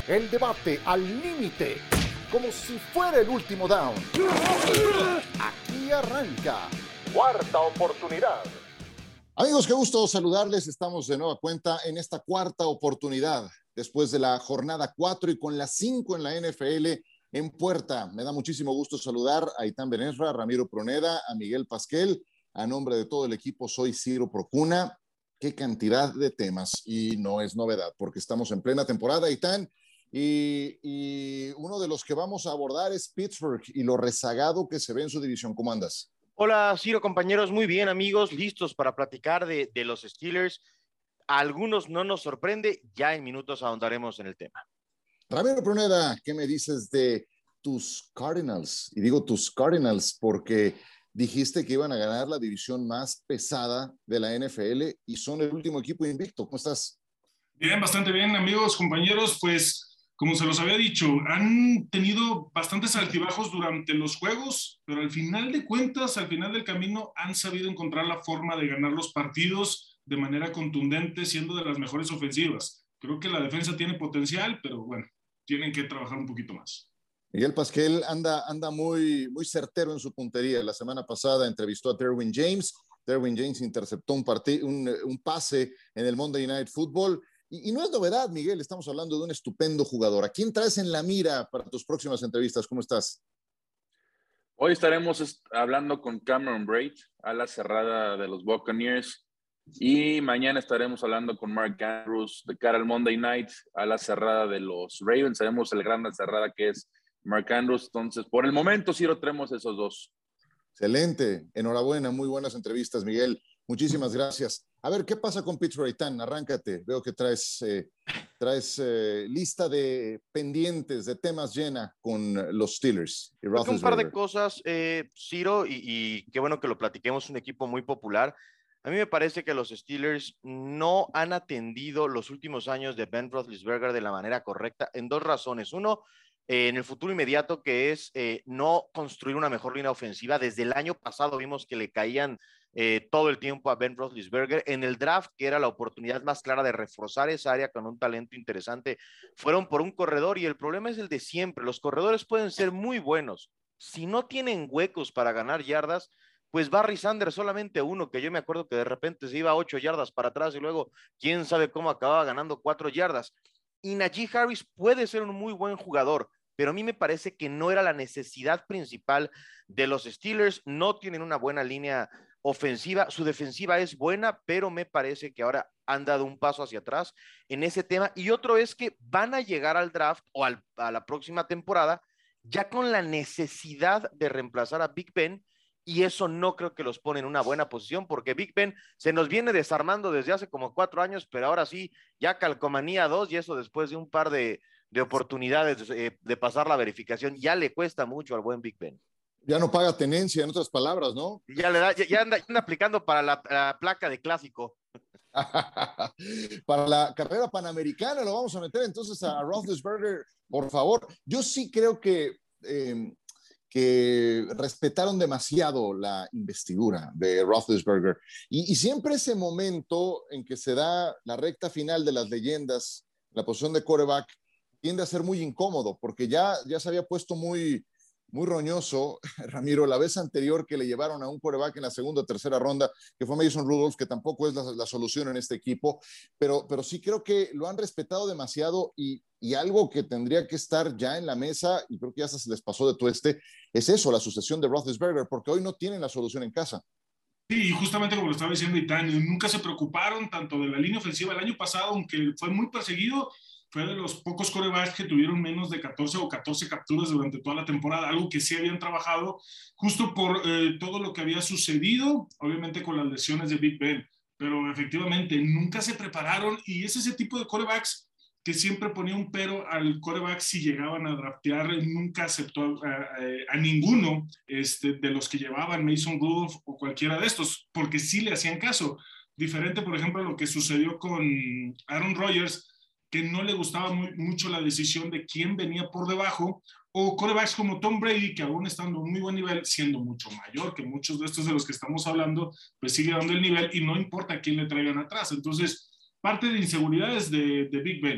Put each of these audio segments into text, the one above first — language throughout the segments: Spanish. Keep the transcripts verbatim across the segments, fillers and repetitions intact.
El debate al límite, como si fuera el último down. Aquí arranca Cuarta Oportunidad. Amigos, qué gusto saludarles. Estamos de nueva cuenta en esta cuarta oportunidad, después de la jornada cuatro y con las cinco en la N F L en puerta. Me da muchísimo gusto saludar a Itán Benesra, a Ramiro Pruneda, a Miguel Pasquel. A nombre de todo el equipo, soy Ciro Procuna. Qué cantidad de temas, y no es novedad, porque estamos en plena temporada, Itán. Y, y uno de los que vamos a abordar es Pittsburgh y lo rezagado que se ve en su división. ¿Cómo andas? Hola, Ciro, compañeros. Muy bien, amigos. Listos para platicar de, de los Steelers. A algunos no nos sorprende. Ya en minutos ahondaremos en el tema. Ramiro Pruneda, ¿qué me dices de tus Cardinals? Y digo tus Cardinals porque dijiste que iban a ganar la división más pesada de la N F L y son el último equipo invicto. ¿Cómo estás? Bien, bastante bien, amigos, compañeros. Pues, como se los había dicho, han tenido bastantes altibajos durante los juegos, pero al final de cuentas, al final del camino, han sabido encontrar la forma de ganar los partidos de manera contundente, siendo de las mejores ofensivas. Creo que la defensa tiene potencial, pero bueno, tienen que trabajar un poquito más. Miguel Pasquel anda, anda muy, muy certero en su puntería. La semana pasada entrevistó a Derwin James. Derwin James interceptó un, un, un pase en el Monday Night Football. Y, y no es novedad, Miguel, estamos hablando de un estupendo jugador. ¿A quién traes en la mira para tus próximas entrevistas? ¿Cómo estás? Hoy estaremos hablando con Cameron Brate, ala cerrada de los Buccaneers. Y mañana estaremos hablando con Mark Andrews de cara al Monday Night, ala cerrada de los Ravens. Sabemos el gran ala cerrada que es Mark Andrews. Entonces, por el momento sí lo tenemos esos dos. Excelente, enhorabuena, muy buenas entrevistas, Miguel. Muchísimas gracias. A ver, ¿qué pasa con Pittsburgh, Itán? Arráncate. Veo que traes, eh, traes eh, lista de pendientes, de temas llena con los Steelers. Y Creo que un par de cosas, eh, Ciro, y, y qué bueno que lo platiquemos, un equipo muy popular. A mí me parece que los Steelers no han atendido los últimos años de Ben Roethlisberger de la manera correcta en dos razones. Uno, eh, en el futuro inmediato, que es eh, no construir una mejor línea ofensiva. Desde el año pasado vimos que le caían eh, todo el tiempo a Ben Roethlisberger. En el draft, que era la oportunidad más clara de reforzar esa área con un talento interesante, fueron por un corredor, y el problema es el de siempre. Los corredores pueden ser muy buenos. Si no tienen huecos para ganar yardas, pues Barry Sanders solamente uno, que yo me acuerdo que de repente se iba ocho yardas para atrás y luego quién sabe cómo acababa ganando cuatro yardas. Y Najee Harris puede ser un muy buen jugador, pero a mí me parece que no era la necesidad principal de los Steelers. No tienen una buena línea ofensiva, su defensiva es buena, pero me parece que ahora han dado un paso hacia atrás en ese tema. Y otro es que van a llegar al draft o al, a la próxima temporada ya con la necesidad de reemplazar a Big Ben, y eso no creo que los pone en una buena posición, porque Big Ben se nos viene desarmando desde hace como cuatro años, pero ahora sí, ya calcomanía dos, y eso después de un par de, de oportunidades de, de pasar la verificación, ya le cuesta mucho al buen Big Ben. Ya no paga tenencia, en otras palabras, ¿no? Ya le da, ya, ya anda, anda aplicando para la, la placa de clásico. Para la carrera panamericana lo vamos a meter entonces a Roethlisberger, por favor. Yo sí creo que... Eh, que respetaron demasiado la investidura de Roethlisberger. Y, y siempre ese momento en que se da la recta final de las leyendas, la posición de quarterback, tiende a ser muy incómodo, porque ya, ya se había puesto muy, muy roñoso, Ramiro, la vez anterior que le llevaron a un quarterback en la segunda o tercera ronda, que fue Mason Rudolph, que tampoco es la, la solución en este equipo, pero, pero sí creo que lo han respetado demasiado, y, y algo que tendría que estar ya en la mesa, y creo que ya se les pasó de tueste, es eso, la sucesión de Roethlisberger, porque hoy no tienen la solución en casa. Sí, y justamente como lo estaba diciendo Itán, nunca se preocuparon tanto de la línea ofensiva. El año pasado, aunque fue muy perseguido, fue de los pocos quarterbacks que tuvieron menos de catorce o catorce capturas durante toda la temporada, algo que sí habían trabajado justo por eh, todo lo que había sucedido, obviamente con las lesiones de Big Ben, pero efectivamente nunca se prepararon, y es ese tipo de quarterbacks que siempre ponía un pero al quarterback si llegaban a draftear. Nunca aceptó a, a, a ninguno este, de los que llevaban Mason Rudolph o cualquiera de estos, porque sí le hacían caso. Diferente, por ejemplo, a lo que sucedió con Aaron Rodgers, que no le gustaba muy, mucho la decisión de quién venía por debajo, o quarterbacks como Tom Brady, que aún estando a un muy buen nivel, siendo mucho mayor que muchos de estos de los que estamos hablando, pues sigue dando el nivel y no importa quién le traigan atrás. Entonces, parte de inseguridades de, de Big Ben,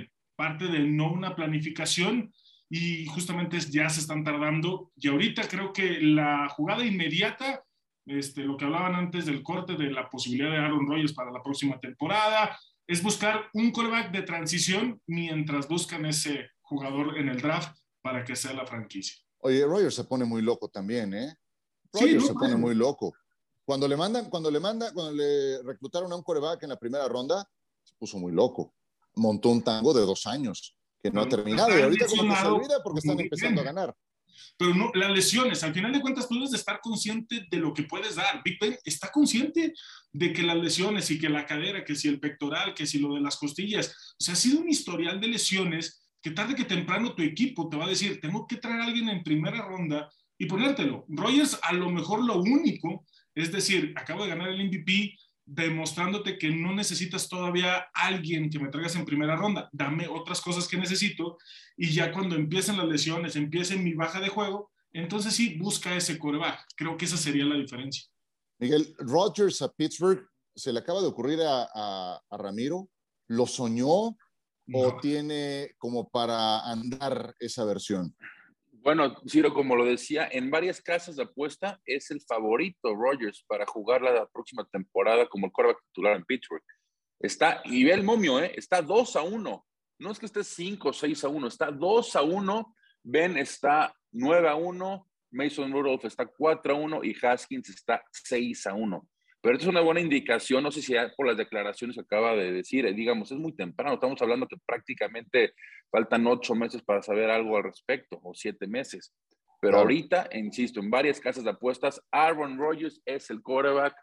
parte de no una planificación, y justamente ya se están tardando. Y ahorita creo que la jugada inmediata, este, lo que hablaban antes del corte de la posibilidad de Aaron Rodgers para la próxima temporada, es buscar un quarterback de transición mientras buscan ese jugador en el draft para que sea la franquicia. Oye, Rodgers se pone muy loco también, ¿eh? Sí, Rodgers no, se pone muy loco. Cuando le mandan, cuando le manda, cuando le reclutaron a un quarterback en la primera ronda, se puso muy loco. Montó un tango de dos años que no ha terminado. Y ahorita como que se olvida porque están empezando a ganar. Pero no, las lesiones, al final de cuentas tú debes de estar consciente de lo que puedes dar. Big Ben está consciente de que las lesiones y que la cadera, que si el pectoral, que si lo de las costillas, o sea, ha sido un historial de lesiones que tarde que temprano tu equipo te va a decir, tengo que traer a alguien en primera ronda y ponértelo. Rodgers a lo mejor lo único, es decir, acabo de ganar el M V P, demostrándote que no necesitas todavía alguien que me traigas en primera ronda, dame otras cosas que necesito, y ya cuando empiecen las lesiones, empiece mi baja de juego, entonces sí, busca ese quarterback. Creo que esa sería la diferencia. Miguel, Rodgers a Pittsburgh, ¿se le acaba de ocurrir a, a, a Ramiro? ¿Lo soñó no. o tiene como para andar esa versión? Bueno, Ciro, como lo decía, en varias casas de apuesta es el favorito Rodgers para jugar la próxima temporada como el quarterback titular en Pittsburgh. Está, y ve el momio, ¿eh? Está dos a uno. No es que esté cinco o seis a uno, está dos a uno. Ben está nueve a uno, Mason Rudolph está cuatro a uno y Haskins está seis a uno. Pero esto es una buena indicación, no sé si por las declaraciones que acaba de decir, digamos, es muy temprano, estamos hablando que prácticamente faltan ocho meses para saber algo al respecto, o siete meses. Pero claro, ahorita, insisto, en varias casas de apuestas, Aaron Rodgers es el quarterback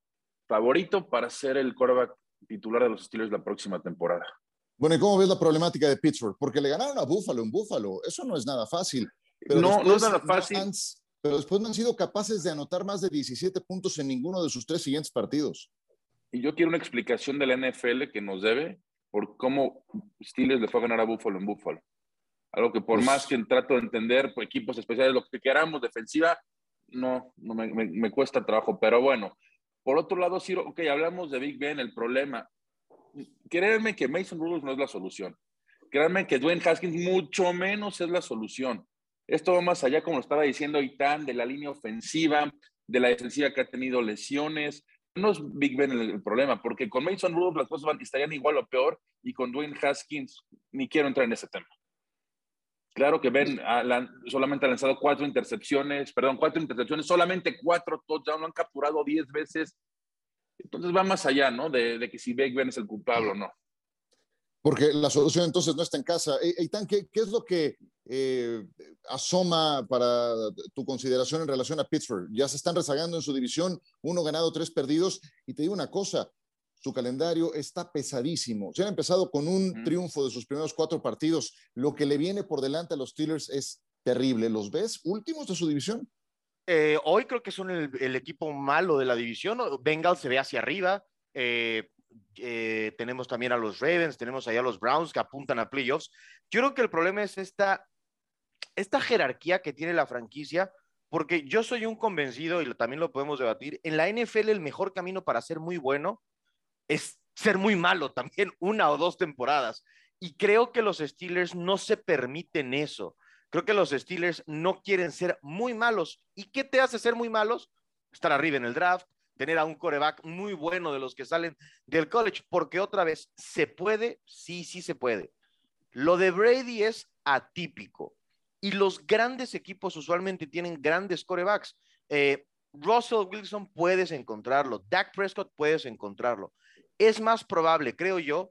favorito para ser el quarterback titular de los Steelers la próxima temporada. Bueno, ¿y cómo ves la problemática de Pittsburgh? Porque le ganaron a Buffalo en Buffalo, eso no es nada fácil. Pero no, después, no es nada fácil. No han, pero después no han sido capaces de anotar más de diecisiete puntos en ninguno de sus tres siguientes partidos. Y yo quiero una explicación de la N F L que nos debe por cómo Steelers le fue a ganar a Buffalo en Buffalo. Algo que por pues, más que trato de entender, por equipos especiales, lo que queramos, defensiva, no, no me, me, me cuesta trabajo. Pero bueno, por otro lado, Ciro, ok, hablamos de Big Ben, el problema. Créanme que Mason Rudolph no es la solución. Créanme que Dwayne Haskins mucho menos es la solución. Esto va más allá, como lo estaba diciendo Itán, de la línea ofensiva, de la defensiva que ha tenido lesiones. No es Big Ben el, el problema, porque con Mason Rudolph las cosas van, estarían igual o peor, y con Dwayne Haskins ni quiero entrar en ese tema. Claro que Ben ha, la, solamente ha lanzado cuatro intercepciones, perdón, cuatro intercepciones, solamente cuatro touchdowns, lo han capturado diez veces. Entonces va más allá, ¿no? De, de que si Big Ben es el culpable o no. Porque la solución entonces no está en casa. Eitan, ¿qué, ¿qué es lo que eh, asoma para tu consideración en relación a Pittsburgh? Ya se están rezagando en su división, uno ganado, tres perdidos. Y te digo una cosa, su calendario está pesadísimo. Se han empezado con un mm. triunfo de sus primeros cuatro partidos. Lo que le viene por delante a los Steelers es terrible. ¿Los ves últimos de su división? Eh, hoy creo que son el, el equipo malo de la división. Bengals se ve hacia arriba. Eh, eh, tenemos también a los Ravens, tenemos allá a los Browns que apuntan a playoffs. Yo creo que el problema es esta, esta jerarquía que tiene la franquicia, porque yo soy un convencido, y lo, también lo podemos debatir, en la N F L el mejor camino para ser muy bueno es ser muy malo también una o dos temporadas. Y creo que los Steelers no se permiten eso. Creo que los Steelers no quieren ser muy malos. ¿Y qué te hace ser muy malos? Estar arriba en el draft, tener a un quarterback muy bueno de los que salen del college, porque otra vez, ¿se puede? Sí, sí se puede. Lo de Brady es atípico. Y los grandes equipos usualmente tienen grandes quarterbacks. Eh, Russell Wilson puedes encontrarlo, Dak Prescott puedes encontrarlo. Es más probable, creo yo,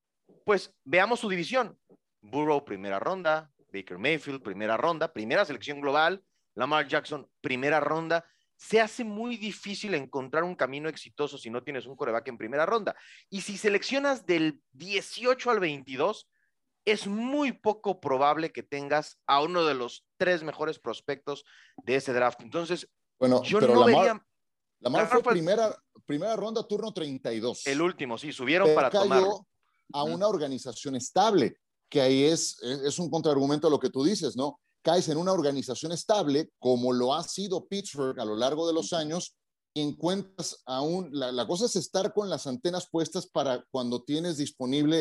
pues veamos su división. Burrow, primera ronda, Baker Mayfield, primera ronda, primera selección global, Lamar Jackson, primera ronda. Se hace muy difícil encontrar un camino exitoso si no tienes un quarterback en primera ronda. Y si seleccionas del dieciocho al veintidós, es muy poco probable que tengas a uno de los tres mejores prospectos de ese draft. Entonces, bueno, yo pero no Lamar, vería... Lamar, Lamar fue, fue primera, primera ronda, turno treinta y dos. El último, sí, subieron pero para cayó tomarlo. A una organización estable, que ahí es, es un contraargumento a lo que tú dices, ¿no? Caes en una organización estable, como lo ha sido Pittsburgh a lo largo de los años, y encuentras aún, la, la cosa es estar con las antenas puestas para cuando tienes disponible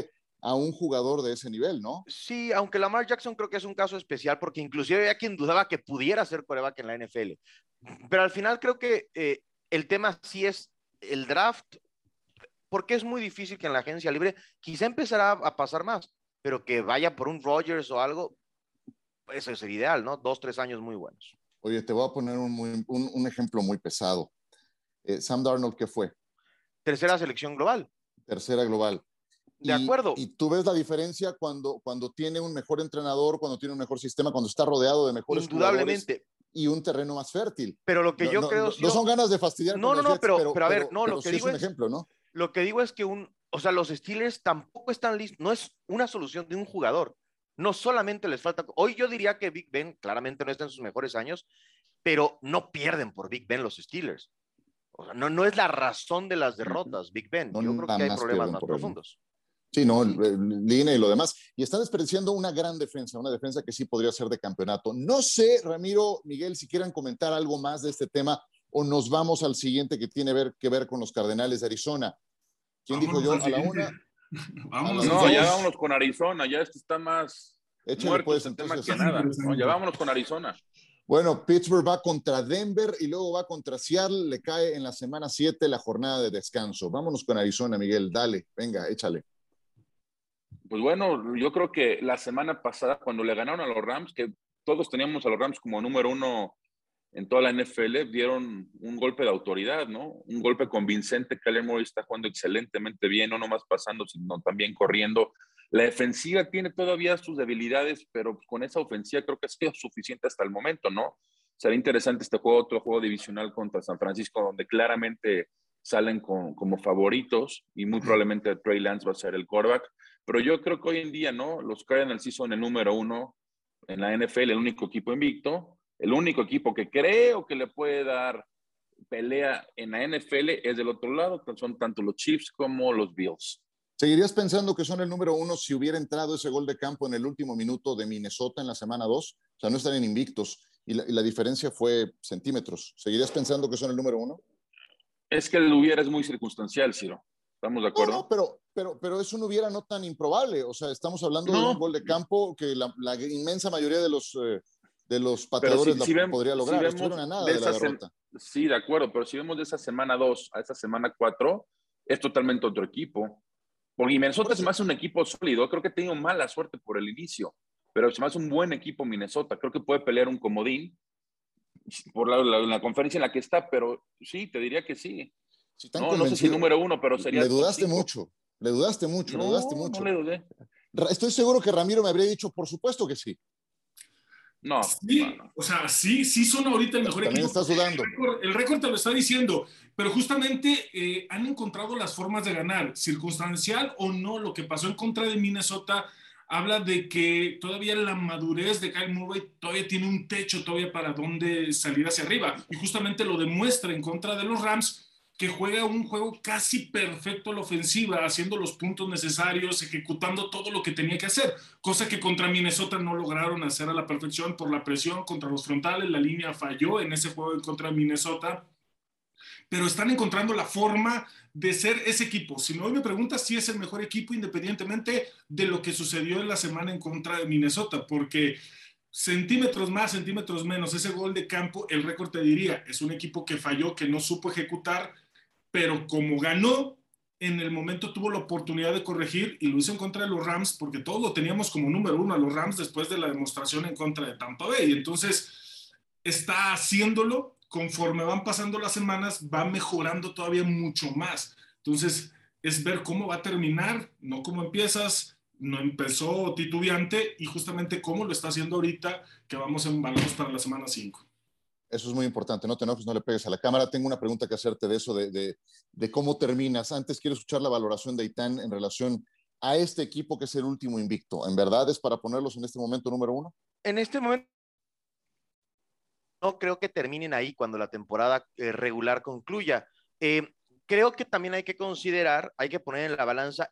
a un jugador de ese nivel, ¿no? Sí, aunque Lamar Jackson creo que es un caso especial porque inclusive había quien dudaba que pudiera ser quarterback en la N F L. Pero al final creo que eh, el tema sí es el draft, porque es muy difícil que en la agencia libre quizá empezará a, a pasar más, pero que vaya por un Rodgers o algo, eso sería ideal, ¿no? Dos, tres años muy buenos. Oye, te voy a poner un, muy, un, un ejemplo muy pesado. Eh, Sam Darnold, ¿qué fue? Tercera selección global. Tercera global. De y, acuerdo. Y tú ves la diferencia cuando, cuando tiene un mejor entrenador, cuando tiene un mejor sistema, cuando está rodeado de mejores Indudablemente. jugadores y un terreno más fértil. Pero lo que no, yo no, creo... No, Ciro, no son ganas de fastidiar no, con no, los no, Jets, pero, pero, pero a ver, pero, no, pero lo que sí digo es un es, ejemplo, ¿no? Lo que digo es que un, o sea, los Steelers tampoco están listos, no es una solución de un jugador. No solamente les falta, hoy yo diría que Big Ben claramente no está en sus mejores años, pero no pierden por Big Ben los Steelers. O sea, no, no es la razón de las derrotas, Big Ben. No, yo creo nada que hay más problemas más por profundos. Él. Sí, no, línea y lo demás. Y están desperdiciando una gran defensa, una defensa que sí podría ser de campeonato. No sé, Ramiro, Miguel, si quieran comentar algo más de este tema o nos vamos al siguiente que tiene ver, que ver con los Cardenales de Arizona. ¿Quién vámonos dijo yo? A la siguiente. una. Vámonos no, al ya dos. vámonos con Arizona, ya este está más Échale, muerto pues, este tema entonces. que nada. No, ya vámonos con Arizona. Bueno, Pittsburgh va contra Denver y luego va contra Seattle. Le cae en la semana siete la jornada de descanso. Vámonos con Arizona, Miguel. Dale, venga, échale. Pues bueno, yo creo que la semana pasada, cuando le ganaron a los Rams, que todos teníamos a los Rams como número uno en toda la N F L, dieron un golpe de autoridad, ¿no? Un golpe convincente. Kyler Murray está jugando excelentemente bien, no nomás pasando, sino también corriendo. La defensiva tiene todavía sus debilidades, pero con esa ofensiva creo que ha sido suficiente hasta el momento, ¿no? Será interesante este juego, otro juego divisional contra San Francisco, donde claramente salen con, como favoritos y muy probablemente Trey Lance va a ser el quarterback. Pero yo creo que hoy en día, ¿no? Los Cardinals sí son el número uno en la N F L, el único equipo invicto. El único equipo que creo que le puede dar pelea en la N F L es del otro lado, son tanto los Chiefs como los Bills. ¿Seguirías pensando que son el número uno si hubiera entrado ese gol de campo en el último minuto de Minnesota en la semana dos? O sea, no están en invictos y la, y la diferencia fue centímetros. ¿Seguirías pensando que son el número uno? Es que el hubiera es muy circunstancial, Ciro. ¿Estamos de acuerdo? No, no, pero, pero, pero eso no hubiera no tan improbable. O sea, estamos hablando no. de un gol de campo que la, la inmensa mayoría de los... Eh, de los pateadores si, si la vemos, podría lograr. Si Estuvieron a nada de, de la derrota. Sí, de acuerdo, pero si vemos de esa semana dos a esa semana cuatro, es totalmente otro equipo. Porque Minnesota se me hace un equipo sólido. Creo que ha tenido mala suerte por el inicio, pero se me hace un buen equipo Minnesota. Creo que puede pelear un comodín por la, la, la conferencia en la que está, pero sí, te diría que sí. Si no, no sé si número uno, pero sería. Le dudaste mucho, le dudaste mucho, no, le dudaste mucho. No le dudé. Estoy seguro que Ramiro me habría dicho, por supuesto que sí. No, sí, no, no. O sea, sí, sí son ahorita el mejor También equipo. Estás dudando. El récord te lo está diciendo, pero justamente eh, han encontrado las formas de ganar, circunstancial o no. Lo que pasó en contra de Minnesota habla de que todavía la madurez de Kyle Murray todavía tiene un techo todavía para dónde salir hacia arriba, y justamente lo demuestra en contra de los Rams, que juega un juego casi perfecto a la ofensiva, haciendo los puntos necesarios, ejecutando todo lo que tenía que hacer, cosa que contra Minnesota no lograron hacer a la perfección por la presión contra los frontales. La línea falló en ese juego en contra de Minnesota, pero están encontrando la forma de ser ese equipo. Si me hoy me preguntas si es el mejor equipo, independientemente de lo que sucedió en la semana en contra de Minnesota, porque centímetros más, centímetros menos, ese gol de campo, el récord te diría, es un equipo que falló, que no supo ejecutar, pero como ganó, en el momento tuvo la oportunidad de corregir y lo hizo en contra de los Rams, porque todos lo teníamos como número uno a los Rams después de la demostración en contra de Tampa Bay. Y entonces está haciéndolo, conforme van pasando las semanas, va mejorando todavía mucho más. Entonces es ver cómo va a terminar, no cómo empiezas. No empezó titubeante y justamente cómo lo está haciendo ahorita, que vamos en balones para la semana cinco. Eso es muy importante, no te enojes, no le pegues a la cámara. Tengo una pregunta que hacerte de eso, de, de, de cómo terminas. Antes quiero escuchar la valoración de Itán en relación a este equipo que es el último invicto. ¿En verdad es para ponerlos en este momento número uno? En este momento no creo que terminen ahí cuando la temporada eh, regular concluya. Eh, creo que también hay que considerar, hay que poner en la balanza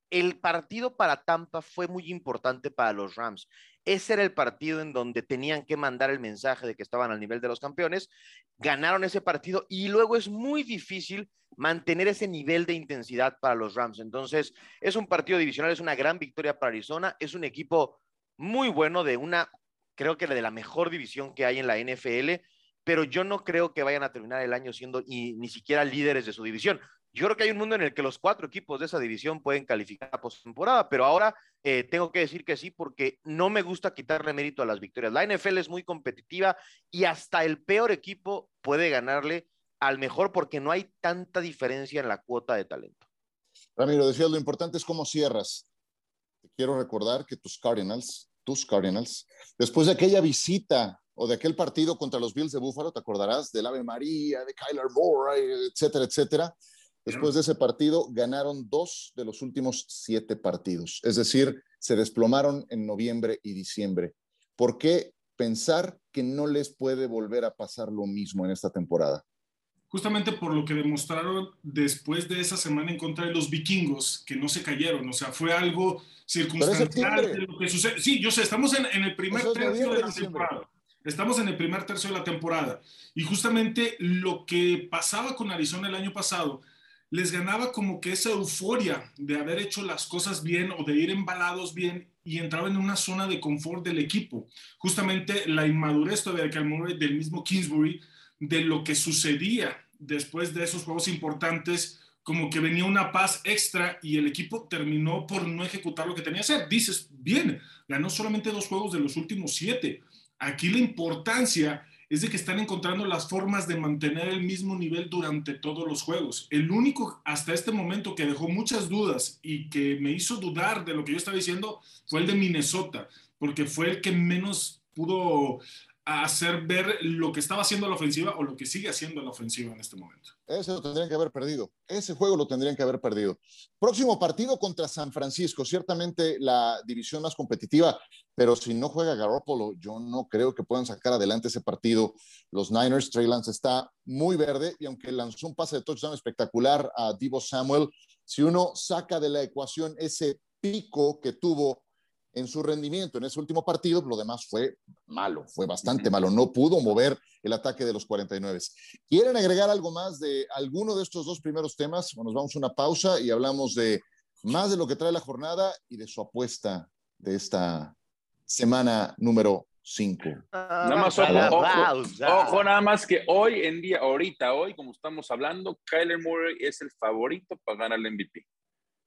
el partido para Tampa fue muy importante para los Rams. Ese era el partido en donde tenían que mandar el mensaje de que estaban al nivel de los campeones. Ganaron ese partido y luego es muy difícil mantener ese nivel de intensidad para los Rams. Entonces, es un partido divisional, es una gran victoria para Arizona. Es un equipo muy bueno de una, creo que de la mejor división que hay en la N F L, pero yo no creo que vayan a terminar el año siendo ni, ni siquiera líderes de su división. Yo creo que hay un mundo en el que los cuatro equipos de esa división pueden calificar a postemporada, pero ahora eh, tengo que decir que sí, porque no me gusta quitarle mérito a las victorias. La N F L es muy competitiva y hasta el peor equipo puede ganarle al mejor porque no hay tanta diferencia en la cuota de talento. Ramiro, decías, lo importante es cómo cierras. Te quiero recordar que tus Cardinals, tus Cardinals, después de aquella visita o de aquel partido contra los Bills de Buffalo, te acordarás del Ave María, de Kyler Murray, etcétera, etcétera. Después de ese partido, ganaron dos de los últimos siete partidos. Es decir, se desplomaron en noviembre y diciembre. ¿Por qué pensar que no les puede volver a pasar lo mismo en esta temporada? Justamente por lo que demostraron después de esa semana en contra de los vikingos, que no se cayeron. O sea, fue algo circunstancial de lo que sucede. Sí, yo sé, estamos en, en el primer Eso es tercio noviembre, de la diciembre. temporada. Estamos en el primer tercio de la temporada. Y justamente lo que pasaba con Arizona el año pasado, les ganaba como que esa euforia de haber hecho las cosas bien o de ir embalados bien y entraba en una zona de confort del equipo. Justamente la inmadurez todavía de Kyler Murray, del mismo Kingsbury, de lo que sucedía después de esos juegos importantes, como que venía una paz extra y el equipo terminó por no ejecutar lo que tenía que hacer. Dices, bien, ganó solamente dos juegos de los últimos siete. Aquí la importancia es de que están encontrando las formas de mantener el mismo nivel durante todos los juegos. El único hasta este momento que dejó muchas dudas y que me hizo dudar de lo que yo estaba diciendo fue el de Minnesota, porque fue el que menos pudo hacer ver lo que estaba haciendo la ofensiva o lo que sigue haciendo la ofensiva en este momento. Ese lo tendrían que haber perdido. Ese juego lo tendrían que haber perdido. Próximo partido contra San Francisco. Ciertamente la división más competitiva, pero si no juega Garoppolo, yo no creo que puedan sacar adelante ese partido. Los Niners, Trey Lance está muy verde y aunque lanzó un pase de touchdown espectacular a Deebo Samuel, si uno saca de la ecuación ese pico que tuvo en su rendimiento en ese último partido, lo demás fue malo, fue bastante malo. No pudo mover el ataque de los cuarenta y nueve. ¿Quieren agregar algo más de alguno de estos dos primeros temas? O nos vamos a una pausa y hablamos de más de lo que trae la jornada y de su apuesta de esta semana número cinco. Ah, nada más, ojo, ojo, ojo, nada más que hoy en día, ahorita, hoy, como estamos hablando, Kyler Murray es el favorito para ganar el M V P.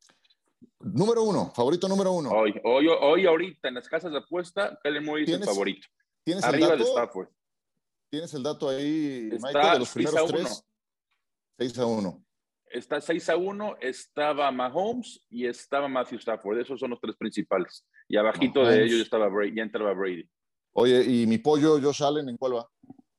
Número uno, favorito número uno. Hoy, hoy, hoy ahorita en las casas de apuesta, Kyler Murray es el favorito. ¿Tienes arriba el dato? de Stafford. ¿Tienes el dato ahí, está Michael, de los primeros tres? seis a uno. Está seis a uno, estaba Mahomes y estaba Matthew Stafford. Esos son los tres principales. Y abajito Mahomes. De ellos estaba Brady, ya entraba Brady. Oye, ¿y mi pollo Josh Allen en cuál va?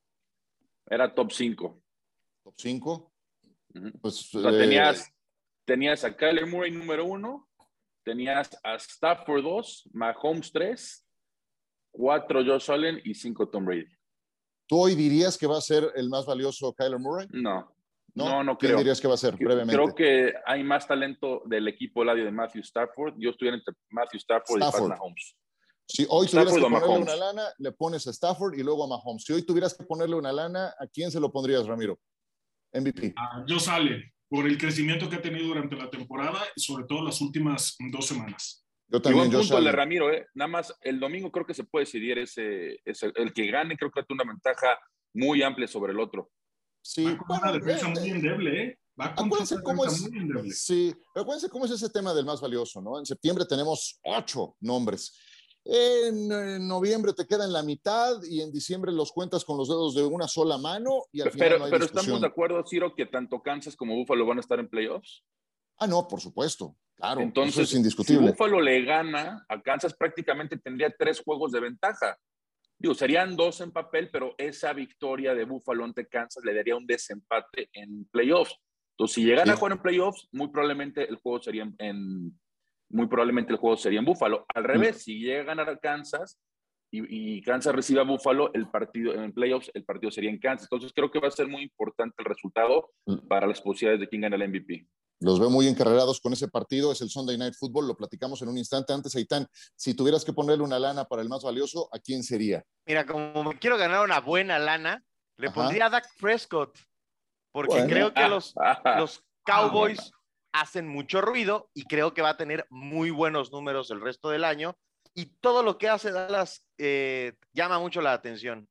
Era top cinco. ¿Top cinco? Uh-huh. Pues, o sea, eh... tenías, tenías a Kyler Murray número uno, tenías a Stafford dos, Mahomes tres, cuatro Josh Allen y cinco Tom Brady. ¿Tú hoy dirías que va a ser el más valioso Kyler Murray? No. No, no, no ¿Quién creo. dirías que va a ser? Brevemente. Creo que hay más talento del equipo lado de Matthew Stafford. Yo estuviera entre Matthew Stafford, Stafford. y Pat Mahomes. Si hoy Stafford tuvieras que ponerle Mahomes. una lana, le pones a Stafford y luego a Mahomes. Si hoy tuvieras que ponerle una lana, ¿a quién se lo pondrías, Ramiro? M V P. Uh, yo sale por el crecimiento que ha tenido durante la temporada y sobre todo las últimas dos semanas. Yo también. Y buen yo punto sale. el de Ramiro, ¿eh? Nada más el domingo creo que se puede decidir ese, ese el que gane, creo que tiene una ventaja muy amplia sobre el otro. Sí, va con bueno, una defensa eh, muy endeble, ¿eh? Va con acuérdense una cómo defensa es, muy endeble. Sí, acuérdense cómo es ese tema del más valioso, ¿no? En septiembre tenemos ocho nombres. En, en noviembre te queda en la mitad y en diciembre los cuentas con los dedos de una sola mano y al final pero, no hay pero discusión. Estamos de acuerdo, Ciro, que tanto Kansas como Buffalo van a estar en playoffs. Ah, no, por supuesto, claro. Entonces, eso es indiscutible. Si Buffalo le gana a Kansas, prácticamente tendría tres juegos de ventaja. Digo, serían dos en papel, pero esa victoria de Buffalo ante Kansas le daría un desempate en playoffs. Entonces, si llegan sí. a jugar en playoffs, muy probablemente el juego sería en, en muy probablemente el juego sería en Buffalo. Al revés, mm. si llega a ganar a Kansas y, y Kansas recibe a Buffalo, el partido en playoffs, el partido sería en Kansas. Entonces, creo que va a ser muy importante el resultado mm. para las posibilidades de quién gana el M V P. Los veo muy encarrerados con ese partido. Es el Sunday Night Football, lo platicamos en un instante. Antes, Aitán, si tuvieras que ponerle una lana para el más valioso, ¿a quién sería? Mira, como me quiero ganar una buena lana, le Ajá. pondría a Dak Prescott, porque Bueno. creo que los, los Cowboys Ah, bueno. hacen mucho ruido y creo que va a tener muy buenos números el resto del año. Y todo lo que hace Dallas eh, llama mucho la atención.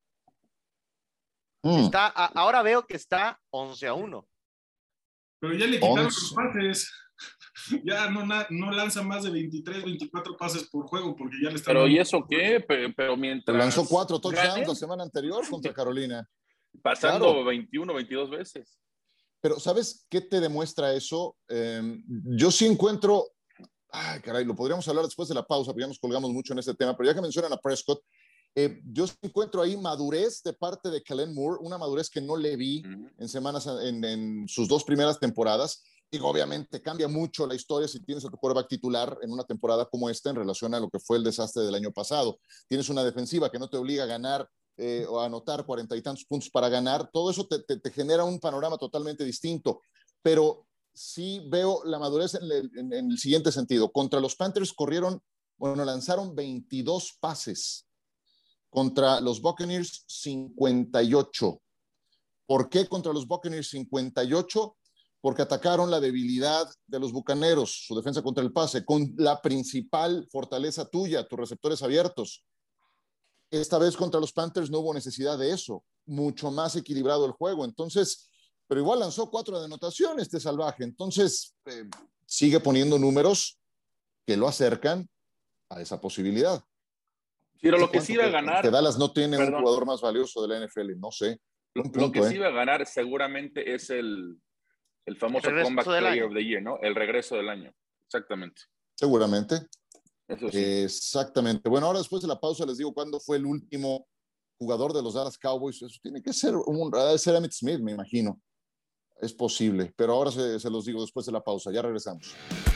Mm. Está, a, ahora veo que está once a uno. Pero ya le quitaron once. los pases. Ya no, na, no lanza más de veintitrés, veinticuatro pases por juego porque ya le están Pero dando- ¿y eso qué? Pero, pero mientras Lanzó cuatro touchdowns ganen, la semana anterior contra Carolina. pasando Claro. veintiuno, veintidós veces. Pero ¿sabes qué te demuestra eso? Eh, yo sí encuentro, ay caray, lo podríamos hablar después de la pausa, porque ya nos colgamos mucho en este tema, pero ya que mencionan a Prescott, eh, yo sí encuentro ahí madurez de parte de Kellen Moore, una madurez que no le vi Uh-huh. en semanas, en, en sus dos primeras temporadas. Digo, obviamente cambia mucho la historia si tienes a tu quarterback titular en una temporada como esta en relación a lo que fue el desastre del año pasado. Tienes una defensiva que no te obliga a ganar eh, o a anotar cuarenta y tantos puntos para ganar. Todo eso te, te, te genera un panorama totalmente distinto. Pero sí veo la madurez en el, en, en el siguiente sentido. Contra los Panthers corrieron, bueno, lanzaron veintidós pases. Contra los Buccaneers, cincuenta y ocho. ¿Por qué contra los Buccaneers cincuenta y ocho? Porque atacaron la debilidad de los Bucaneros, su defensa contra el pase, con la principal fortaleza tuya, tus receptores abiertos. Esta vez contra los Panthers no hubo necesidad de eso, mucho más equilibrado el juego. Entonces, pero igual lanzó cuatro de anotación este salvaje. Entonces, eh, sigue poniendo números que lo acercan a esa posibilidad. Pero ¿Hace lo que cuánto sí iba a que- ganar, que Dallas no tiene perdón. un jugador más valioso de la N F L? No sé. lo, Un lo punto, que sí ¿eh? iba a ganar seguramente es el, el famoso El regreso Comeback del Player año. of the Year, ¿no? El regreso del año. Exactamente. Seguramente. Eso sí. Exactamente. Bueno, ahora después de la pausa les digo cuándo fue el último jugador de los Dallas Cowboys. Eso tiene que ser un debe ser Emmitt Smith, me imagino. Es posible, pero ahora se, se los digo después de la pausa. Ya regresamos.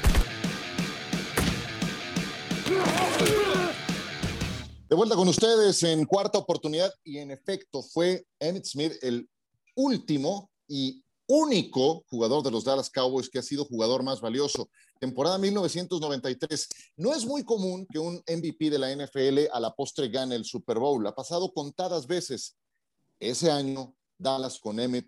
De vuelta con ustedes en cuarta oportunidad y en efecto fue Emmitt Smith el último y único jugador de los Dallas Cowboys que ha sido jugador más valioso. Temporada mil novecientos noventa y tres. No es muy común que un M V P de la N F L a la postre gane el Super Bowl. Ha pasado contadas veces. Ese año, Dallas con Emmitt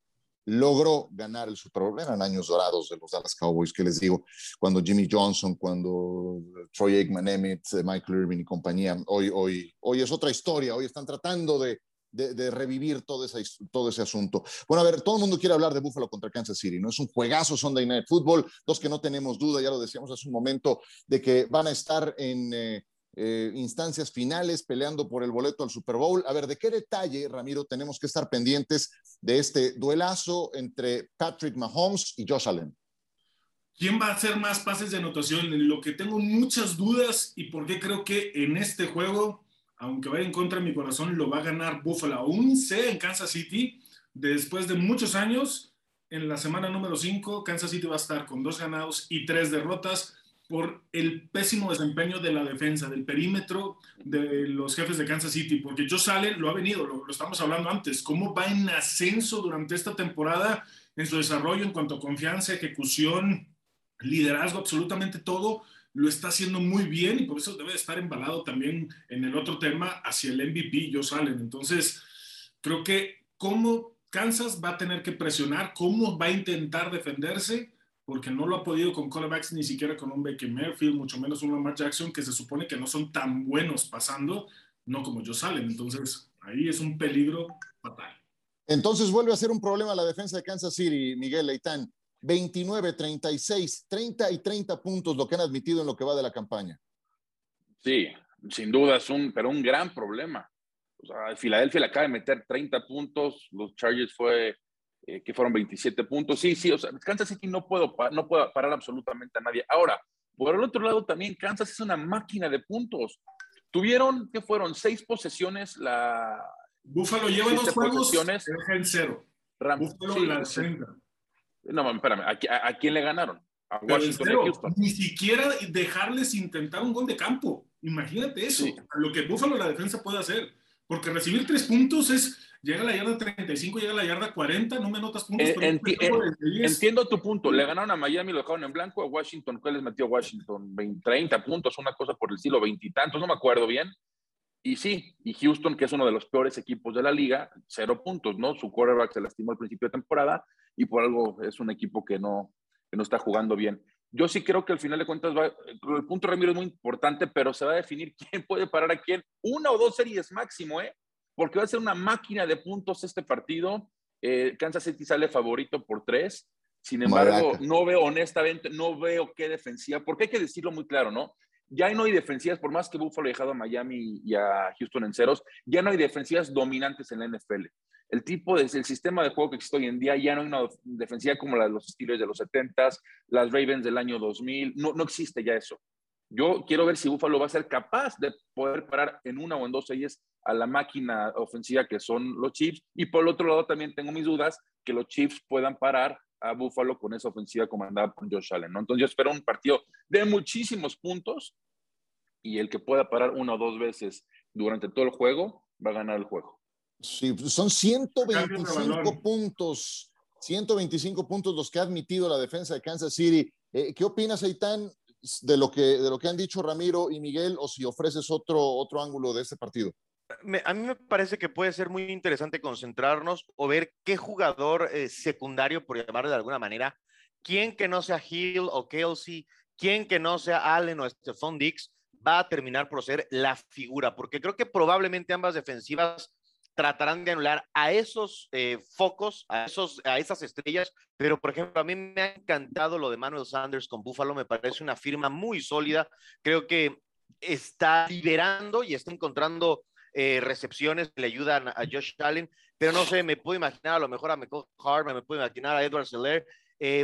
logró ganar el Super Bowl. Eran años dorados de los Dallas Cowboys, que les digo, cuando Jimmy Johnson, cuando Troy Aikman, Emmitt, Michael Irvin y compañía. Hoy, hoy, hoy es otra historia. Hoy están tratando de De, de revivir todo, esa, todo ese asunto. Bueno, a ver, todo el mundo quiere hablar de Buffalo contra Kansas City, ¿no? Es un juegazo Sunday Night Football, dos que no tenemos duda, ya lo decíamos hace un momento, de que van a estar en eh, eh, instancias finales peleando por el boleto al Super Bowl. A ver, ¿de qué detalle, Ramiro, tenemos que estar pendientes de este duelazo entre Patrick Mahomes y Josh Allen? ¿Quién va a hacer más pases de anotación? En lo que tengo muchas dudas y por qué creo que en este juego, aunque vaya en contra de mi corazón, lo va a ganar Buffalo, aún sea en Kansas City. Después de muchos años, en la semana número cinco, Kansas City va a estar con dos ganados y tres derrotas por el pésimo desempeño de la defensa, del perímetro de los jefes de Kansas City, porque Josh Allen lo ha venido, lo, lo estamos hablando antes, cómo va en ascenso durante esta temporada en su desarrollo en cuanto a confianza, ejecución, liderazgo, absolutamente todo. Lo está haciendo muy bien y por eso debe estar embalado también en el otro tema hacia el M V P, Josh Allen. Entonces, creo que cómo Kansas va a tener que presionar, cómo va a intentar defenderse, porque no lo ha podido con quarterbacks, ni siquiera con un Baker Mayfield, mucho menos un Lamar Jackson, que se supone que no son tan buenos pasando, no como Josh Allen. Entonces, ahí es un peligro fatal. Entonces vuelve a ser un problema la defensa de Kansas City, Miguel Leitán. veintinueve, treinta y seis, treinta y treinta puntos lo que han admitido en lo que va de la campaña. Sí, sin duda es un, pero un gran problema. O sea, Filadelfia le acaba de meter treinta puntos, los Chargers fue, eh, que fueron veintisiete puntos. Sí, sí, o sea, Kansas City no puedo, no puedo parar absolutamente a nadie. Ahora, por el otro lado también Kansas es una máquina de puntos. Tuvieron, ¿qué fueron? Seis posesiones, la... Buffalo lleva dos juegos, posesiones. deja en cero. Ram, Buffalo sí, la sí. defensa. No, espérame, ¿a, a, ¿a quién le ganaron? A Pero Washington y cero, a Houston. ni siquiera dejarles intentar un gol de campo. Imagínate eso, Sí. lo que Buffalo la defensa puede hacer. Porque recibir tres puntos es, llega a la yarda treinta y cinco, llega a la yarda cuarenta, no me notas puntos. Eh, pero enti no eh, entiendo tu punto. Le ganaron a Miami, lo dejaron en blanco. A Washington, ¿cuál les metió a Washington? veinte, treinta puntos, una cosa por el estilo, veintitantos, no me acuerdo bien. Y sí, y Houston, que es uno de los peores equipos de la liga, cero puntos, ¿no? Su quarterback se lastimó al principio de temporada y por algo es un equipo que no, que no está jugando bien. Yo sí creo que al final de cuentas va, el punto Ramiro es muy importante, pero se va a definir quién puede parar a quién. Una o dos series máximo, ¿eh? Porque va a ser una máquina de puntos este partido. Eh, Kansas City sale favorito por tres. Sin embargo, Maraca. no veo, honestamente, no veo qué defensiva, porque hay que decirlo muy claro, ¿no? Ya no hay defensivas, por más que Buffalo haya dejado a Miami y a Houston en ceros, ya no hay defensivas dominantes en la N F L. El tipo de, el sistema de juego que existe hoy en día, ya no hay una defensiva como la de los Steelers de los setentas, las Ravens del año dos mil, no, no existe ya eso. Yo quiero ver si Buffalo va a ser capaz de poder parar en una o en dos series a la máquina ofensiva que son los Chiefs, y por el otro lado también tengo mis dudas que los Chiefs puedan parar a Buffalo con esa ofensiva comandada por Josh Allen, ¿no? Entonces yo espero un partido de muchísimos puntos y el que pueda parar una o dos veces durante todo el juego va a ganar el juego. Sí, son ciento veinticinco puntos, ciento veinticinco puntos los que ha admitido la defensa de Kansas City. Eh, ¿Qué opinas, Eitan, de lo que, de lo que han dicho Ramiro y Miguel, o si ofreces otro, otro ángulo de este partido? Me, a mí me parece que puede ser muy interesante concentrarnos o ver qué jugador eh, secundario, por llamarlo de alguna manera, quién que no sea Hill o Kelsey, quién que no sea Allen o Stephon Diggs, va a terminar por ser la figura, porque creo que probablemente ambas defensivas tratarán de anular a esos eh, focos, a, esos, a esas estrellas, pero por ejemplo, a mí me ha encantado lo de Manuel Sanders con Buffalo, me parece una firma muy sólida, creo que está liberando y está encontrando Eh, recepciones que le ayudan a Josh Allen, pero no sé, me puedo imaginar a lo mejor a Mecole Hardman, me puedo imaginar a Edward Seller. Eh,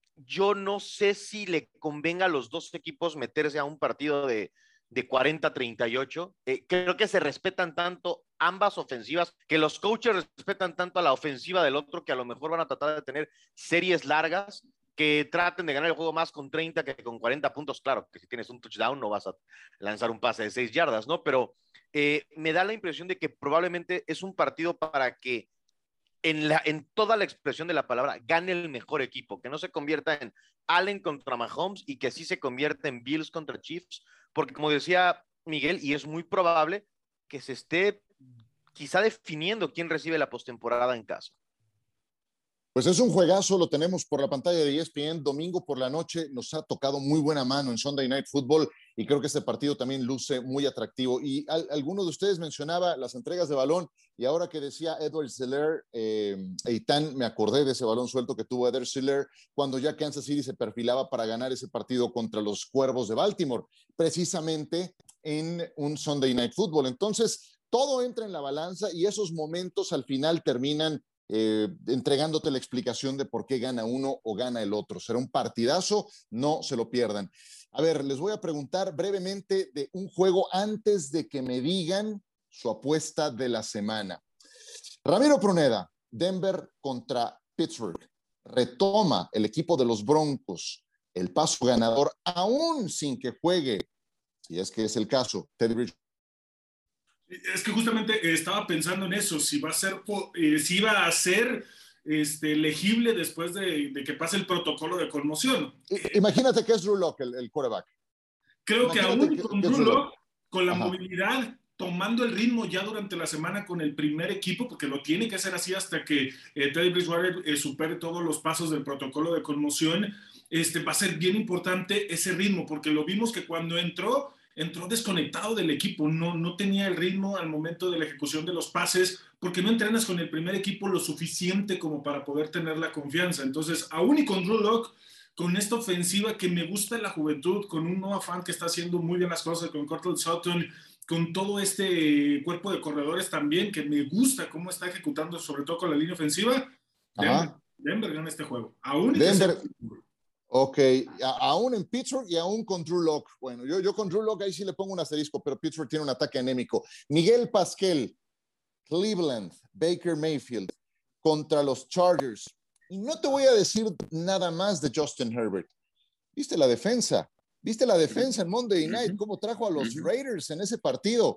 yo no sé si le convenga a los dos equipos meterse a un partido de, de cuarenta a treinta y ocho. Eh, creo que se respetan tanto ambas ofensivas, que los coaches respetan tanto a la ofensiva del otro, que a lo mejor van a tratar de tener series largas, que traten de ganar el juego más con treinta que con cuarenta puntos. Claro, que si tienes un touchdown no vas a lanzar un pase de seis yardas, ¿no? Pero eh, me da la impresión de que probablemente es un partido para que en, la, en toda la expresión de la palabra gane el mejor equipo, que no se convierta en Allen contra Mahomes y que sí se convierta en Bills contra Chiefs, porque como decía Miguel, y es muy probable que se esté quizá definiendo quién recibe la postemporada en casa. Pues es un juegazo, lo tenemos por la pantalla de E S P N, domingo por la noche, nos ha tocado muy buena mano en Sunday Night Football y creo que este partido también luce muy atractivo. Y al, alguno de ustedes mencionaba las entregas de balón y ahora que decía Edward Seller, eh, Eitan, me acordé de ese balón suelto que tuvo Edward Seller cuando ya Kansas City se perfilaba para ganar ese partido contra los Cuervos de Baltimore, precisamente en un Sunday Night Football. Entonces, todo entra en la balanza y esos momentos al final terminan Eh, entregándote la explicación de por qué gana uno o gana el otro. Será un partidazo, no se lo pierdan. A ver, les voy a preguntar brevemente de un juego antes de que me digan su apuesta de la semana. Ramiro Pruneda, Denver contra Pittsburgh. Retoma el equipo de los Broncos el paso ganador, aún sin que juegue, si es que es el caso, Teddy Bridgewater. Es que justamente estaba pensando en eso, si va a ser, eh, si iba a ser este, legible después de, de que pase el protocolo de conmoción. Imagínate que es Drew Lock el, el quarterback. Creo Imagínate que aún que, con que Drew Lock, con la Ajá. movilidad, tomando el ritmo ya durante la semana con el primer equipo, porque lo tiene que hacer así hasta que eh, Teddy Bridgewater eh, supere todos los pasos del protocolo de conmoción, este, va a ser bien importante ese ritmo, porque lo vimos que cuando entró, entró desconectado del equipo, no, no tenía el ritmo al momento de la ejecución de los pases, porque no entrenas con el primer equipo lo suficiente como para poder tener la confianza. Entonces, aún y con Drew Lock, con esta ofensiva que me gusta la juventud, con un Noah Fant que está haciendo muy bien las cosas, con Courtland Sutton, con todo este cuerpo de corredores también, que me gusta cómo está ejecutando, sobre todo con la línea ofensiva, Denver, Denver gana este juego. Aún y Denver, que ok, a, aún en Pittsburgh y aún con Drew Lock. Bueno, yo, yo con Drew Lock ahí sí le pongo un asterisco, pero Pittsburgh tiene un ataque anémico. Miguel Pasquel, Cleveland, Baker Mayfield contra los Chargers. Y no te voy a decir nada más de Justin Herbert. ¿Viste la defensa? ¿Viste la defensa en Monday Night? ¿Cómo trajo a los Raiders en ese partido?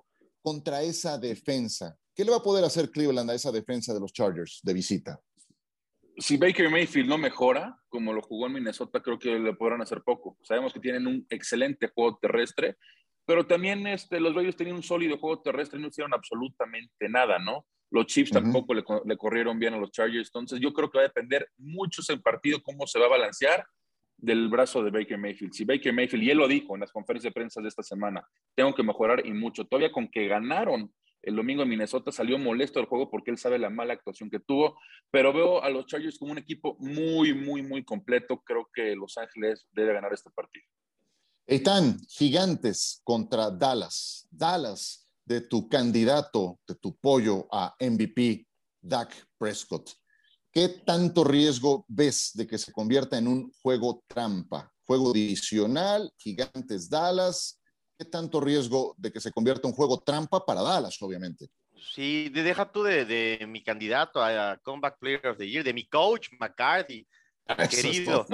contra esa defensa. ¿Qué le va a poder hacer Cleveland a esa defensa de los Chargers de visita? Si Baker Mayfield no mejora, como lo jugó en Minnesota, creo que le podrán hacer poco. Sabemos que tienen un excelente juego terrestre, pero también este, los Raiders tenían un sólido juego terrestre y no hicieron absolutamente nada, ¿no? Los Chiefs uh-huh. tampoco le, le corrieron bien a los Chargers. Entonces yo creo que va a depender mucho ese partido, cómo se va a balancear del brazo de Baker Mayfield. Si Baker Mayfield, y él lo dijo en las conferencias de prensa de esta semana, tengo que mejorar y mucho. Todavía con que ganaron el domingo en Minnesota, salió molesto del juego porque él sabe la mala actuación que tuvo, pero veo a los Chargers como un equipo muy, muy, muy completo. Creo que Los Ángeles debe ganar este partido. Eitan, Gigantes contra Dallas. Dallas, de tu candidato, de tu pollo a M V P, Dak Prescott. ¿Qué tanto riesgo ves de que se convierta en un juego trampa? Juego divisional, Gigantes, Dallas. ¿Qué tanto riesgo de que se convierta en un juego trampa para Dallas, obviamente? Sí, deja tú de, de mi candidato a, a Comeback Player of the Year, de mi coach, McCarthy, Eso querido.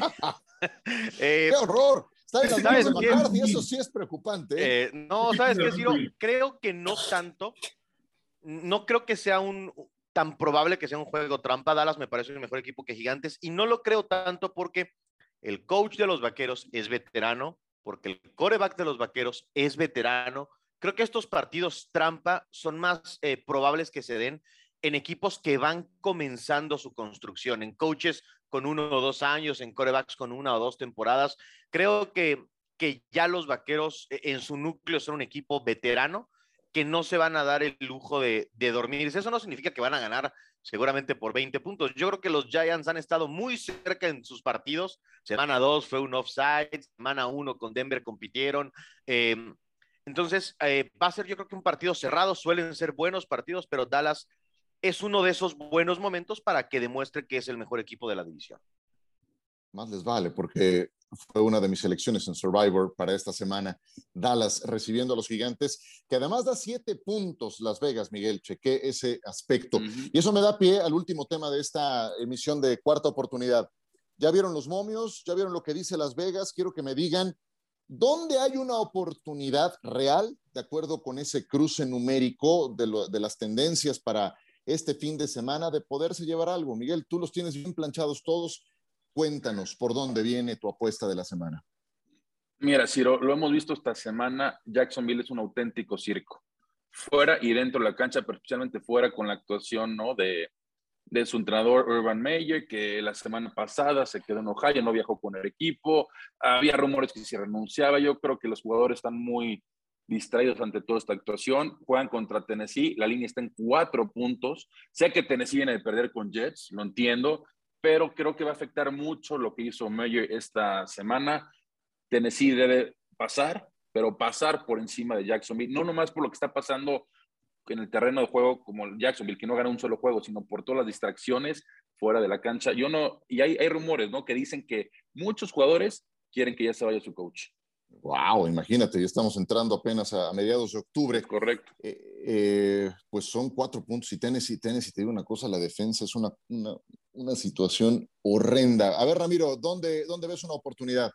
eh, ¡Qué horror! ¿Sabes, ¿sabes de McCarthy? Eso sí es preocupante. ¿eh? Eh, no, ¿sabes qué, Ciro? Creo que no tanto. No creo que sea un tan probable que sea un juego trampa. Dallas me parece un mejor equipo que Gigantes, y no lo creo tanto porque el coach de los Vaqueros es veterano, porque el quarterback de los Vaqueros es veterano. Creo que estos partidos trampa son más eh, probables que se den en equipos que van comenzando su construcción, en coaches con uno o dos años, en quarterbacks con una o dos temporadas. Creo que, que ya los Vaqueros en su núcleo son un equipo veterano que no se van a dar el lujo de, de dormirse. Eso no significa que van a ganar seguramente por veinte puntos. Yo creo que los Giants han estado muy cerca en sus partidos. Semana dos fue un offside, semana uno con Denver compitieron. Eh, entonces, eh, va a ser yo creo que un partido cerrado. Suelen ser buenos partidos, pero Dallas es uno de esos buenos momentos para que demuestre que es el mejor equipo de la división. Más les vale, porque fue una de mis elecciones en Survivor para esta semana. Dallas recibiendo a los Gigantes, que además da siete puntos Las Vegas, Miguel. Chequé ese aspecto. Uh-huh. Y eso me da pie al último tema de esta emisión de Cuarta Oportunidad. ¿Ya vieron los momios? ¿Ya vieron lo que dice Las Vegas? Quiero que me digan dónde hay una oportunidad real, de acuerdo con ese cruce numérico de, lo, de las tendencias para este fin de semana, de poderse llevar algo. Miguel, tú los tienes bien planchados todos. Cuéntanos por dónde viene tu apuesta de la semana. Mira, Ciro, lo hemos visto esta semana. Jacksonville es un auténtico circo. Fuera y dentro de la cancha, pero especialmente fuera con la actuación, ¿no? de, de su entrenador Urban Meyer, que la semana pasada se quedó en Ohio, no viajó con el equipo. Había rumores que se renunciaba. Yo creo que los jugadores están muy distraídos ante toda esta actuación. Juegan contra Tennessee. La línea está en cuatro puntos. Sé que Tennessee viene de perder con Jets, lo entiendo, pero creo que va a afectar mucho lo que hizo Meyer esta semana. Tennessee debe pasar, pero pasar por encima de Jacksonville, no nomás por lo que está pasando en el terreno de juego como Jacksonville, que no gana un solo juego, sino por todas las distracciones fuera de la cancha. Yo no, y hay, hay rumores, ¿no?, que dicen que muchos jugadores quieren que ya se vaya su coach. Wow, imagínate, ya estamos entrando apenas a, a mediados de octubre. Es correcto. Eh, eh, pues son cuatro puntos y Tennessee, Tennessee, te digo una cosa, la defensa es una, una, una situación horrenda. A ver, Ramiro, ¿dónde, ¿dónde ves una oportunidad?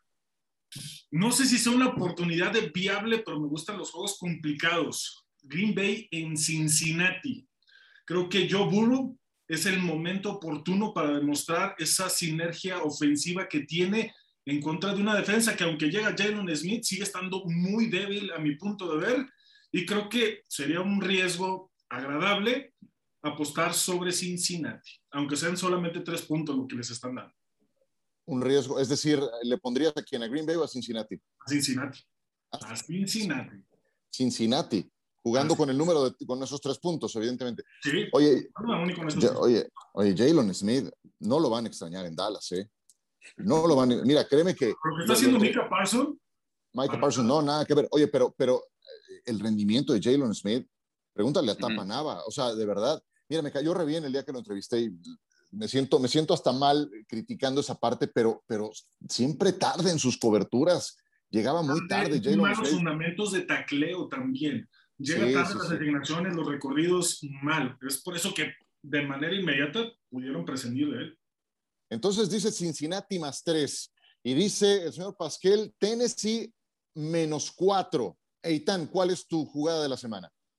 No sé si sea una oportunidad de viable, pero me gustan los juegos complicados. Green Bay en Cincinnati. Creo que Joe Burrow es el momento oportuno para demostrar esa sinergia ofensiva que tiene en contra de una defensa que, aunque llega Jalen Smith, sigue estando muy débil a mi punto de ver, y creo que sería un riesgo agradable apostar sobre Cincinnati, aunque sean solamente tres puntos lo que les están dando. Un riesgo, es decir, ¿le pondrías a quién, a Green Bay o a Cincinnati? A Cincinnati. A Cincinnati. Cincinnati, jugando con el número de, con esos tres puntos, evidentemente. Sí, oye, ya, oye, oye, Jalen Smith, no lo van a extrañar en Dallas, ¿eh? No lo van a... Mira, créeme que... ¿Lo que está haciendo Micah Parsons? Micah Parsons, no, nada que ver. Oye, pero, pero el rendimiento de Jalen Smith, pregúntale a Tapa Nava, o sea, de verdad, mira, me cayó re bien el día que lo entrevisté y me siento, me siento hasta mal criticando esa parte, pero, pero siempre tarde en sus coberturas. Llegaba muy tarde. Jalen malos Smith. Fundamentos de tacleo también. Llega sí, tarde sí, las sí. designaciones, los recorridos mal. Es por eso que de manera inmediata pudieron prescindir de él. Entonces dice Cincinnati más tres. Y dice el señor Pasquel, Tennessee menos cuatro. Eitan, ¿cuál es tu jugada de la semana?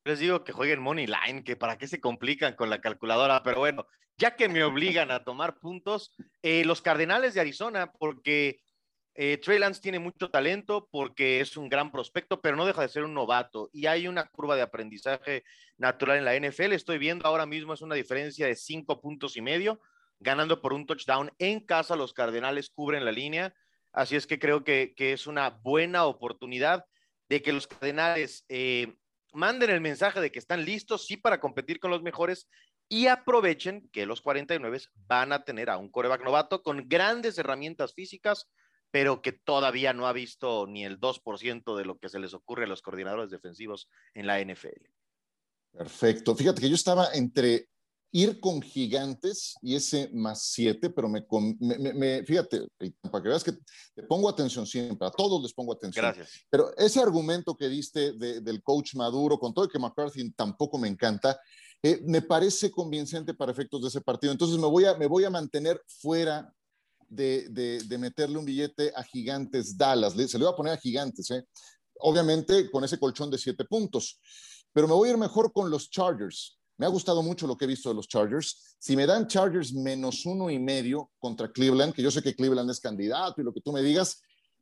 Les digo que jueguen Money Line, que para qué se complican con la calculadora, pero bueno, ya que me obligan a tomar puntos, eh, los Cardenales de Arizona, porque eh, Trey Lance tiene mucho talento, porque es un gran prospecto, pero no deja de ser un novato, y hay una curva de aprendizaje natural en la N F L. Estoy viendo ahora mismo es una diferencia de cinco puntos y medio, ganando por un touchdown en casa. Los Cardenales cubren la línea, así es que creo que, que es una buena oportunidad de que los Cardenales eh, manden el mensaje de que están listos, sí, para competir con los mejores, y aprovechen que los cuarenta y nueve van a tener a un quarterback novato con grandes herramientas físicas, pero que todavía no ha visto ni el dos por ciento de lo que se les ocurre a los coordinadores defensivos en la N F L. Perfecto. Fíjate que yo estaba entre ir con Gigantes y ese más siete, pero me, me, me fíjate, para que veas que te pongo atención siempre, a todos les pongo atención. Gracias. Pero ese argumento que diste de, del coach Maduro, con todo el que McCarthy tampoco me encanta, eh, me parece convincente para efectos de ese partido. Entonces me voy a, me voy a mantener fuera de, de, de meterle un billete a Gigantes Dallas. Se le voy a poner a Gigantes, ¿eh? Obviamente con ese colchón de siete puntos. Pero me voy a ir mejor con los Chargers. Me ha gustado mucho lo que he visto de los Chargers. Si me dan Chargers menos uno y medio contra Cleveland, que yo sé que Cleveland es candidato y lo que tú me digas,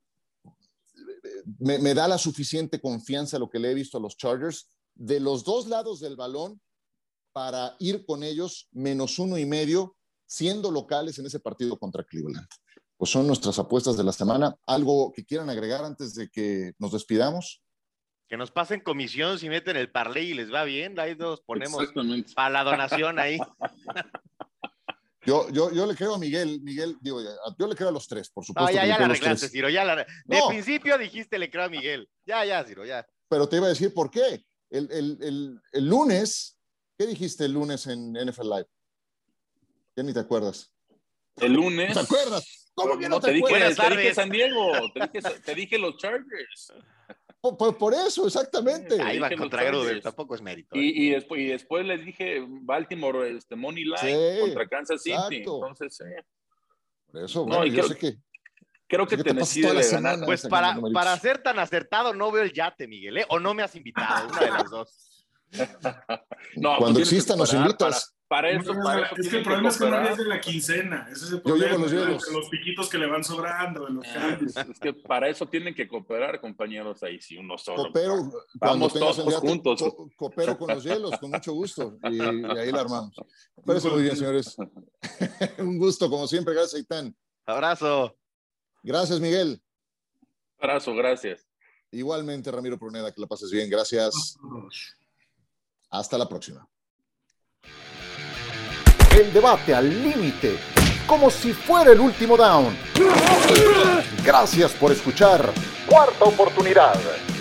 me, me da la suficiente confianza lo que le he visto a los Chargers de los dos lados del balón para ir con ellos menos uno y medio, siendo locales en ese partido contra Cleveland. Pues son nuestras apuestas de la semana. ¿Algo que quieran agregar antes de que nos despidamos? Que nos pasen comisión si meten el parlay y les va bien, ahí nos ponemos para la donación ahí. Yo, yo, yo le creo a Miguel, Miguel, digo, yo le creo a los tres, por supuesto. No, ya, que ya le la creo arreglaste, Ciro, ya la... De no. principio dijiste le creo a Miguel. Ya, ya, Ciro, ya. Pero te iba a decir por qué. El, el, el, el lunes, ¿qué dijiste el lunes en N F L Live? Ya ni te acuerdas. El lunes. ¿Te acuerdas? ¿Cómo que no, no te, te acuerdas? Dije, te dije San Diego, te dije, te dije los Chargers. Por, por, por eso, exactamente. Ahí va contra Gruden, tampoco es mérito. Y, y, después, y después les dije Baltimore, este, Money Line sí, contra Kansas City. Exacto. Entonces, eh. Por eso, bueno, no, yo creo, sé que... Creo que, que Tennessee debe ganar. Pues para, para ser tan acertado no veo el yate, Miguel, ¿eh? O no me has invitado, una de las dos. No, cuando exista nos invitas. Para, para eso, no, para eso es que el problema es que no es de la quincena. Ese es el problema. Yo llevo los hielos. Los piquitos que le van sobrando. Los cambios. Es que para eso tienen que cooperar, compañeros, ahí sí, uno solo. Coopero, vamos todos yate, juntos. Co coopero con los hielos, con mucho gusto. Y, y ahí la armamos. Parece muy bien, señores. Un gusto, como siempre. Gracias, Aitán. Abrazo. Gracias, Miguel. Abrazo, gracias. Igualmente, Ramiro Pruneda, que la pases bien. Gracias. Hasta la próxima. El debate al límite, como si fuera el último down. Gracias por escuchar Cuarta Oportunidad.